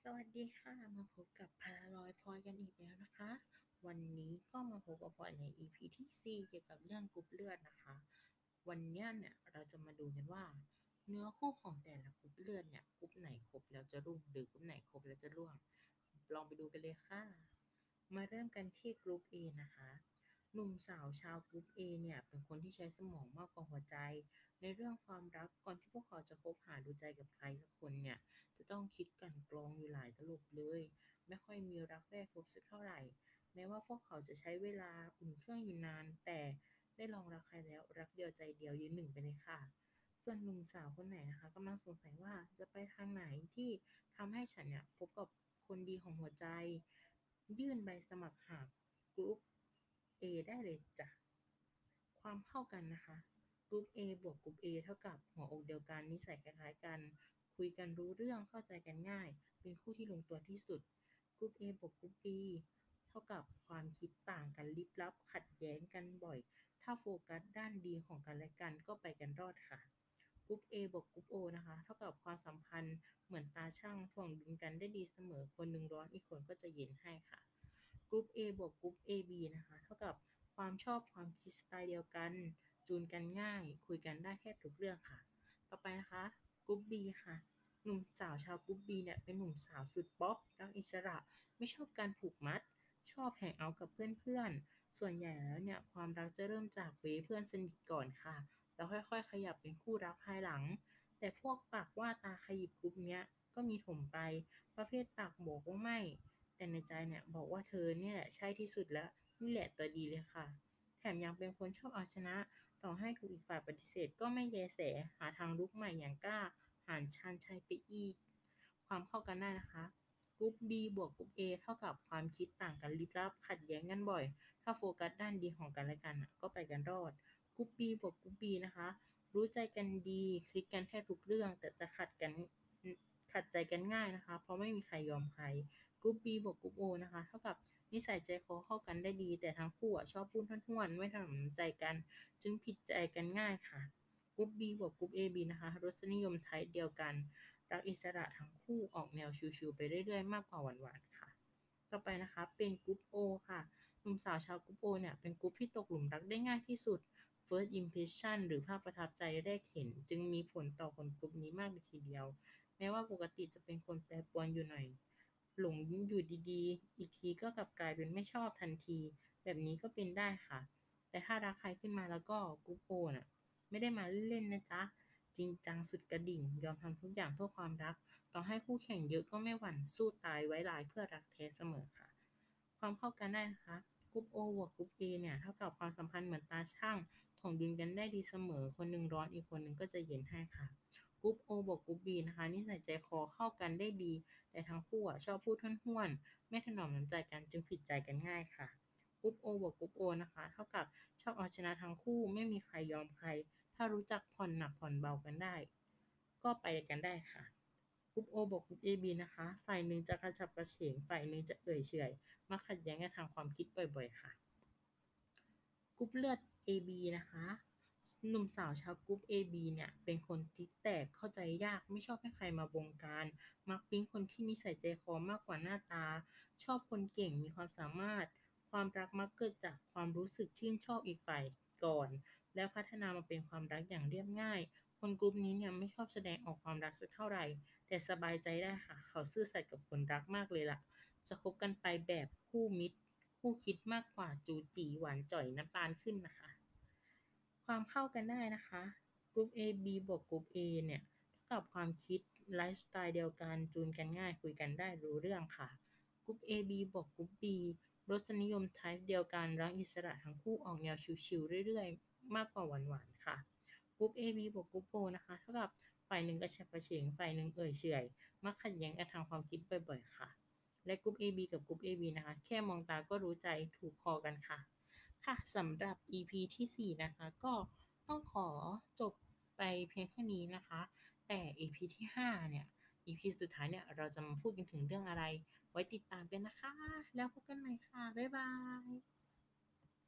สวัสดีค่ะมาพบกับพาราลอยพลอยกันอีกแล้วนะคะวันนี้ก็มาพบกับพลอยใน EP ที่4เกี่ยวกับเรื่องกรุ๊ปเลือดนะคะวันเนี้ยเนี่ยเราจะมาดูกันว่าเนื้อคู่ของแต่ละกรุ๊ปเลือดเนี่ยกรุ๊ปไหนครบแล้วจะรุ่งหรือกรุ๊ปไหนครบแล้วจะร่วงลองไปดูกันเลยค่ะมาเริ่มกันที่กรุ๊ป A นะคะหนุ่มสาวชาวกรุ๊ป A เนี่ยเป็นคนที่ใช้สมองมากกว่าหัวใจในเรื่องความรักก่อนที่พวกเขาจะคบหาดูใจกับใครสักคนเนี่ย จะต้องคิดกลั่นกรองอยู่หลายตลบเลยไม่ค่อยมีรักแรกพบสักเท่าไหร่แม้ว่าพวกเขาจะใช้เวลาอุ่นเครื่องอยู่นานแต่ได้ลองรักใครแล้วรักเดียวใจเดียวยืนหนึ่งไปเลยค่ะส่วนหนุ่มสาวคนไหนนะคะกำลังสงสัยว่าจะไปทางไหนที่ทำให้ฉันเนี่ยพบกับคนดีของหัวใจยื่นใบสมัครหากรุ๊ป A ได้เลยจ้ะ ความเข้ากันนะคะกรุ๊ป A บวกกรุ๊ป A เท่ากับหัวอกเดียวกันนิสัยคล้ายๆกันคุยกันรู้เรื่องเข้าใจกันง่ายเป็นคู่ที่ลงตัวที่สุดกรุ๊ป A บวกกรุ๊ป B เท่ากับความคิดต่างกันลิบลับขัดแย้งกันบ่อยถ้าโฟกัสด้านดีของกันและกันก็ไปกันรอดค่ะกรุ๊ป A บวกกรุ๊ป O นะคะเท่ากับความสัมพันธ์เหมือนตาช่างถ่วงดุลกันได้ดีเสมอคนหนึ่งร้อนอีกคนก็จะเย็นให้ค่ะ กรุ๊ป A บวกกรุ๊ป AB นะคะเท่ากับความชอบความคิดสไตล์เดียวกันจูนกันง่ายคุยกันได้แทบทุกเรื่องค่ะต่อไปนะคะกรุ๊ป B ค่ะหนุ่มสาวชาวกรุ๊ป B เนี่ยเป็นหนุ่มสาวสุดป๊อปรักอิสระไม่ชอบการผูกมัดชอบแฮงเอาท์กับเพื่อนๆส่วนใหญ่แล้วเนี่ยความรักจะเริ่มจากเพื่อนสนิทก่อนค่ะแล้วค่อยๆขยับเป็นคู่รักภายหลังแต่พวกปากว่าตาขยิบกรุ๊ปเนี้ยก็มีถมไปประเภทปากบอกว่าไม่ แต่ในใจเนี่ยบอกว่าเธอเนี่ยแหละใช่ที่สุดแล้วนี่แหละตัวดีเลยค่ะแถมยังเป็นคนชอบเอาชนะต่อให้ถูกอีกฝ่ายปฏิเสธก็ไม่แยแสหาทางลุกใหม่อย่างกล้าหาญชาญชัยไปอีกความเข้ากันได้นะคะกรุ๊ป B บวกกรุ๊ป A เท่ากับความคิดต่างกันลิบลับขัดแย้งกันบ่อยถ้าโฟกัสด้านดีของกันและกันก็ไปกันรอดกรุ๊ป B บวกกรุ๊ป B นะคะรู้ใจกันดีคลิกกันแทบทุกเรื่องแต่จะขัดใจกันง่ายนะคะเพราะไม่มีใครยอมใคร กรุ๊ป B บวกกรุ๊ป O นะคะเท่ากับนิสัยใจคอเข้ากันได้ดีแต่ทั้งคู่ชอบพูดห้วนๆไม่ถนอมน้ำใจกันจึงผิดใจกันง่ายค่ะกรุ๊ป B บวกกรุ๊ป AB นะคะรสนิยมไทป์เดียวกันรักอิสระทั้งคู่ออกแนวชิลๆไปเรื่อยๆมากกว่าหวานๆค่ะต่อไปนะคะเป็นกรุ๊ป O ค่ะหนุ่มสาวชาวกรุ๊ป O เนี่ยเป็นกรุ๊ปที่ตกหลุมรักได้ง่ายที่สุด First Impression หรือภาพประทับใจแรกเห็นจึงมีผลต่อคนกลุ่มนี้มากเลยทีเดียวแม้ว่าปกติจะเป็นคนแปรปรวนอยู่หน่อย หลงอยู่ดีๆ อีกทีก็กลับกลายเป็นไม่ชอบทันที แบบนี้ก็เป็นได้ค่ะ แต่ถ้ารักใครขึ้นมาแล้วก็กรุ๊ปโอน่ะไม่ได้มาเล่นๆนะจ๊ะ จริงจังสุดกระดิ่ง ยอมทำทุกอย่างเพื่อความรัก ต่อให้คู่แข่งเยอะก็ไม่หวั่นสู้ตายไว้ลายเพื่อรักแท้เสมอค่ะ ความเข้ากันได้นะคะกรุ๊ป O บวกกรุ๊ป A เนี่ยเท่ากับความสัมพันธ์เหมือนตาช่างถ่วงดุลกันได้ดีเสมอคนหนึ่งร้อนอีกคนหนึ่งก็จะเย็นให้ค่ะกรุ๊ป O บวกกรุ๊ป B นะคะนิสัยใจคอเข้ากันได้ดีแต่ทั้งคู่ชอบพูดห้วนๆไม่ถนอมน้ำใจกันจึงผิดใจกันง่ายค่ะกรุ๊ป O บวกกรุ๊ป O นะคะเท่ากับชอบเอาชนะทั้งคู่ไม่มีใครยอมใครถ้ารู้จักผ่อนหนักผ่อนเบากันได้ก็ไปกันได้ค่ะ กรุ๊ป O บวกกรุ๊ป AB นะคะฝ่ายหนึ่งจะกระฉับกระเฉงฝ่ายหนึ่งจะเอ่ยเฉอยมักขัดแย้งกันทางความคิดบ่อยๆค่ะกรุ๊ปเลือด AB นะคะหนุ่มสาวชาวกรุ๊ป AB เนี่ยเป็นคนที่แตกเข้าใจยากไม่ชอบให้ใครมาบงการมักปิ๊งคนที่นิสัยใจคอมากกว่าหน้าตาชอบคนเก่งมีความสามารถความรักมักเกิดจากความรู้สึกชื่นชอบอีกฝ่ายก่อนแล้วพัฒนามาเป็นความรักอย่างเรียบง่ายคนกลุ่มนี้เนี่ยไม่ชอบแสดงออกความรักสักเท่าไหร่ แต่สบายใจได้ค่ะเขาซื่อสัตย์กับคนรักมากเลยล่ะจะคบกันไปแบบคู่มิตรคู่คิดมากกว่าจูจีหวานจ่อยน้ำตาลขึ้นนะคะความเข้ากันได้นะคะกลุ่ม A B บวกกลุ่ม A เนี่ยเท่ากับความคิดไลฟ์สไตล์เดียวกันจูนกันง่ายคุยกันได้รู้เรื่องค่ะกลุ่ม A B บวกกลุ่ม B รสนิยมไทป์เดียวกันรักอิสระทั้งคู่ออกแนวชิลๆเรื่อยๆมากกว่าหวานๆค่ะ กรุ๊ป AB บวกกรุ๊ป O นะคะเท่ากับฝ่ายหนึ่งกระฉับกระเฉงฝ่ายหนึ่งเอ่ยเฉอยมักขัดแย้งกันทางความคิดบ่อยๆค่ะและกรุ๊ป AB กับกรุ๊ป AB นะคะแค่มองตาก็รู้ใจถูกคอกันค่ะค่ะสำหรับ EP ที่4นะคะก็ต้องขอจบไปเพียงเท่านี้นะคะแต่ EP ที่5เนี่ย EP สุดท้ายเนี่ยเราจะมาพูดกันถึงเรื่องอะไรไว้ติดตามกันนะคะแล้วพบกันใหม่ค่ะบ๊ายบาย